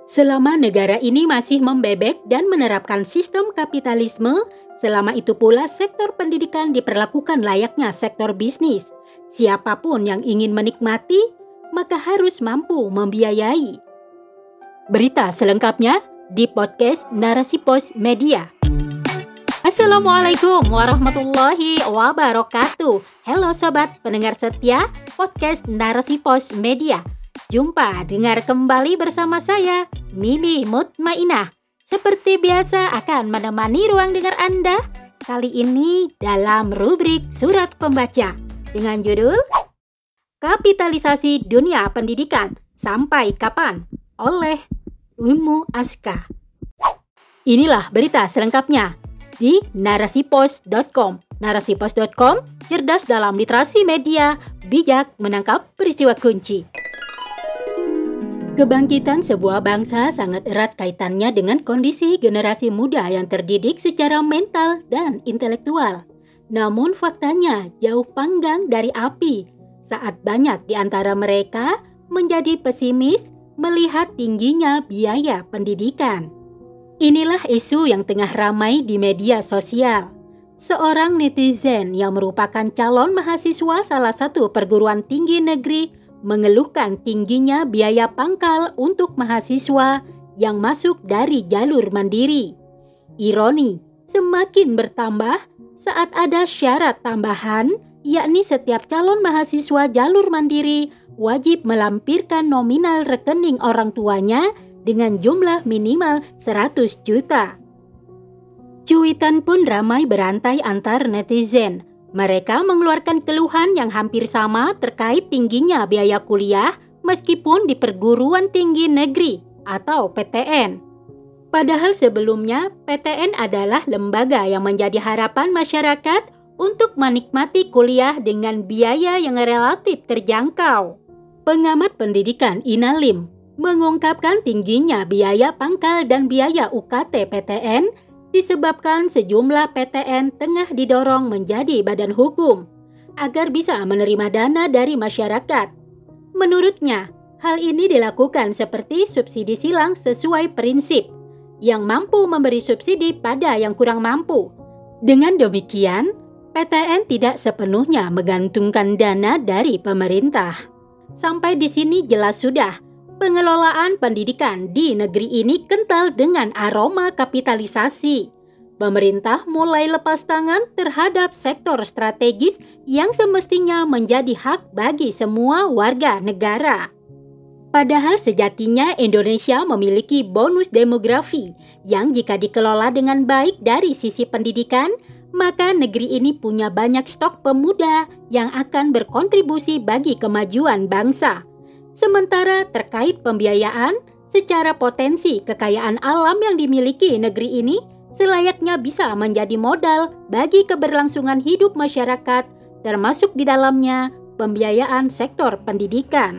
Selama negara ini masih membebek dan menerapkan sistem kapitalisme, selama itu pula sektor pendidikan diperlakukan layaknya sektor bisnis. Siapapun yang ingin menikmati, maka harus mampu membiayai. Berita selengkapnya di podcast Narasi Pos Media. Assalamualaikum warahmatullahi wabarakatuh. Halo sobat pendengar setia podcast Narasi Pos Media. Jumpa dengar kembali bersama saya, Mimi Mutmainah. Seperti biasa akan menemani ruang dengar Anda. Kali ini dalam rubrik Surat Pembaca dengan judul Kapitalisasi Dunia Pendidikan Sampai Kapan? Oleh Umu Aska. Inilah berita selengkapnya di narasipos.com. Narasipos.com, cerdas dalam literasi media, bijak menangkap peristiwa kunci. Kebangkitan sebuah bangsa sangat erat kaitannya dengan kondisi generasi muda yang terdidik secara mental dan intelektual. Namun faktanya jauh panggang dari api saat banyak di antara mereka menjadi pesimis melihat tingginya biaya pendidikan. Inilah isu yang tengah ramai di media sosial. Seorang netizen yang merupakan calon mahasiswa salah satu perguruan tinggi negeri mengeluhkan tingginya biaya pangkal untuk mahasiswa yang masuk dari jalur mandiri. Ironi, semakin bertambah saat ada syarat tambahan, yakni setiap calon mahasiswa jalur mandiri wajib melampirkan nominal rekening orang tuanya dengan jumlah minimal 100 juta. Cuitan pun ramai berantai antar netizen. Mereka mengeluarkan keluhan yang hampir sama terkait tingginya biaya kuliah meskipun di perguruan tinggi negeri atau PTN. Padahal sebelumnya PTN adalah lembaga yang menjadi harapan masyarakat untuk menikmati kuliah dengan biaya yang relatif terjangkau. Pengamat pendidikan Inalim mengungkapkan tingginya biaya pangkal dan biaya UKT PTN disebabkan sejumlah PTN tengah didorong menjadi badan hukum agar bisa menerima dana dari masyarakat. Menurutnya, hal ini dilakukan seperti subsidi silang sesuai prinsip yang mampu memberi subsidi pada yang kurang mampu. Dengan demikian, PTN tidak sepenuhnya menggantungkan dana dari pemerintah. Sampai di sini jelas sudah, pengelolaan pendidikan di negeri ini kental dengan aroma kapitalisasi. Pemerintah mulai lepas tangan terhadap sektor strategis yang semestinya menjadi hak bagi semua warga negara. Padahal sejatinya Indonesia memiliki bonus demografi yang jika dikelola dengan baik dari sisi pendidikan, maka negeri ini punya banyak stok pemuda yang akan berkontribusi bagi kemajuan bangsa. Sementara terkait pembiayaan, secara potensi kekayaan alam yang dimiliki negeri ini selayaknya bisa menjadi modal bagi keberlangsungan hidup masyarakat, termasuk di dalamnya pembiayaan sektor pendidikan.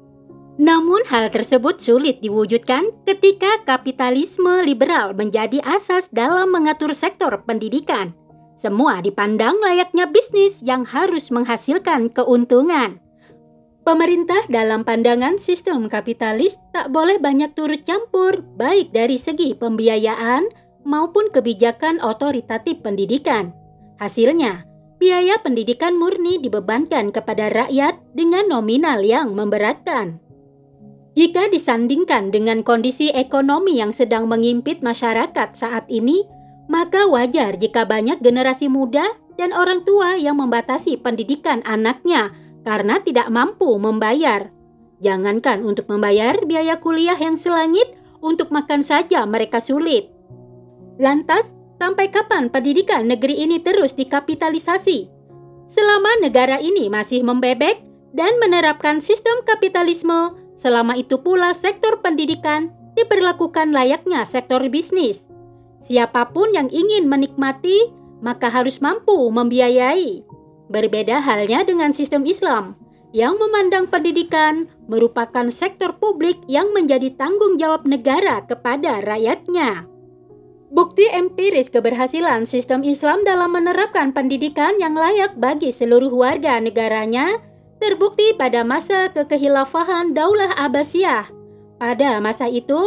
Namun hal tersebut sulit diwujudkan ketika kapitalisme liberal menjadi asas dalam mengatur sektor pendidikan. Semua dipandang layaknya bisnis yang harus menghasilkan keuntungan. Pemerintah dalam pandangan sistem kapitalis tak boleh banyak turut campur baik dari segi pembiayaan maupun kebijakan otoritatif pendidikan. Hasilnya, biaya pendidikan murni dibebankan kepada rakyat dengan nominal yang memberatkan. Jika disandingkan dengan kondisi ekonomi yang sedang mengimpit masyarakat saat ini, maka wajar jika banyak generasi muda dan orang tua yang membatasi pendidikan anaknya karena tidak mampu membayar. Jangankan untuk membayar biaya kuliah yang selangit, untuk makan saja mereka sulit. Lantas, sampai kapan pendidikan negeri ini terus dikapitalisasi? Selama negara ini masih membebek dan menerapkan sistem kapitalisme, selama itu pula sektor pendidikan diperlakukan layaknya sektor bisnis. Siapapun yang ingin menikmati, maka harus mampu membiayai. Berbeda halnya dengan sistem Islam yang memandang pendidikan merupakan sektor publik yang menjadi tanggung jawab negara kepada rakyatnya. Bukti empiris keberhasilan sistem Islam dalam menerapkan pendidikan yang layak bagi seluruh warga negaranya terbukti pada masa kekhilafahan Daulah Abbasiyah. Pada masa itu,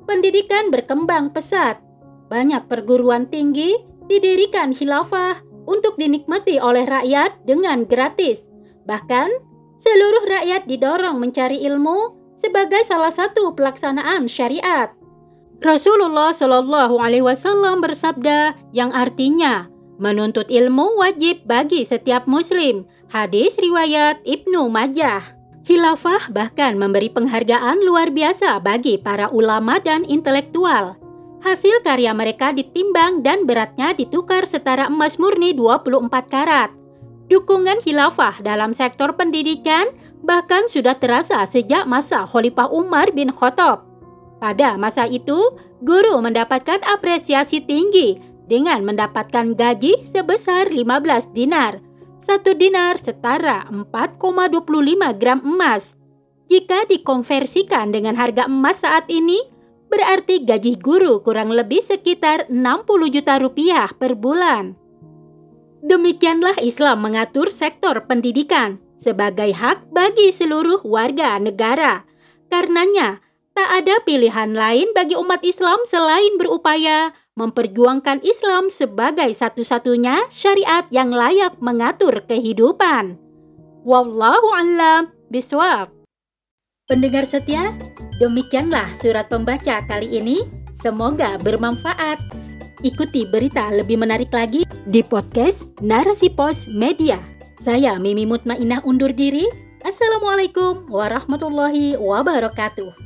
pendidikan berkembang pesat. Banyak perguruan tinggi didirikan khilafah untuk dinikmati oleh rakyat dengan gratis. Bahkan, seluruh rakyat didorong mencari ilmu sebagai salah satu pelaksanaan syariat. Rasulullah Shallallahu Alaihi Wasallam bersabda yang artinya, menuntut ilmu wajib bagi setiap muslim. Hadis riwayat Ibnu Majah. Khilafah bahkan memberi penghargaan luar biasa bagi para ulama dan intelektual. Hasil karya mereka ditimbang dan beratnya ditukar setara emas murni 24 karat. Dukungan khilafah dalam sektor pendidikan bahkan sudah terasa sejak masa Khalifah Umar bin Khattab. Pada masa itu, guru mendapatkan apresiasi tinggi dengan mendapatkan gaji sebesar 15 dinar. 1 dinar setara 4,25 gram emas. Jika dikonversikan dengan harga emas saat ini, berarti gaji guru kurang lebih sekitar 60 juta rupiah per bulan. Demikianlah Islam mengatur sektor pendidikan sebagai hak bagi seluruh warga negara. Karenanya, tak ada pilihan lain bagi umat Islam selain berupaya memperjuangkan Islam sebagai satu-satunya syariat yang layak mengatur kehidupan. Wallahu a'lam bishawab. Pendengar setia, demikianlah surat pembaca kali ini. Semoga bermanfaat. Ikuti berita lebih menarik lagi di podcast Narasi Pos Media. Saya Mimi Mutmainah undur diri. Assalamualaikum warahmatullahi wabarakatuh.